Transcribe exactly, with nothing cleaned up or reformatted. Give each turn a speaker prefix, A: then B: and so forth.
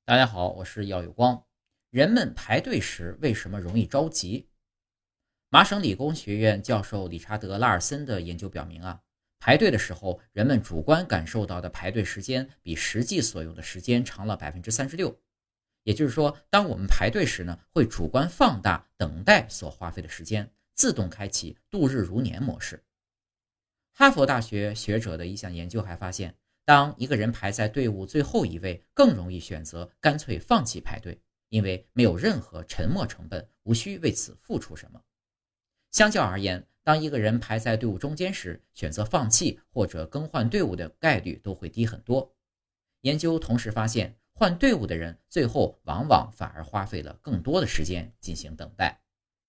A: 大家好，我是耀有光。人们排队时为什么容易着急？麻省理工学院教授理查德·拉尔森的研究表明啊，排队的时候，人们主观感受到的排队时间比实际所用的时间长了百分之三十六。也就是说，当我们排队时呢，会主观放大等待所花费的时间，自动开启度日如年模式。哈佛大学学者的一项研究还发现，当一个人排在队伍最后一位，更容易选择干脆放弃排队，因为没有任何沉没成本，无需为此付出什么。相较而言，当一个人排在队伍中间时，选择放弃或者更换队伍的概率都会低很多。研究同时发现，换队伍的人最后往往反而花费了更多的时间进行等待。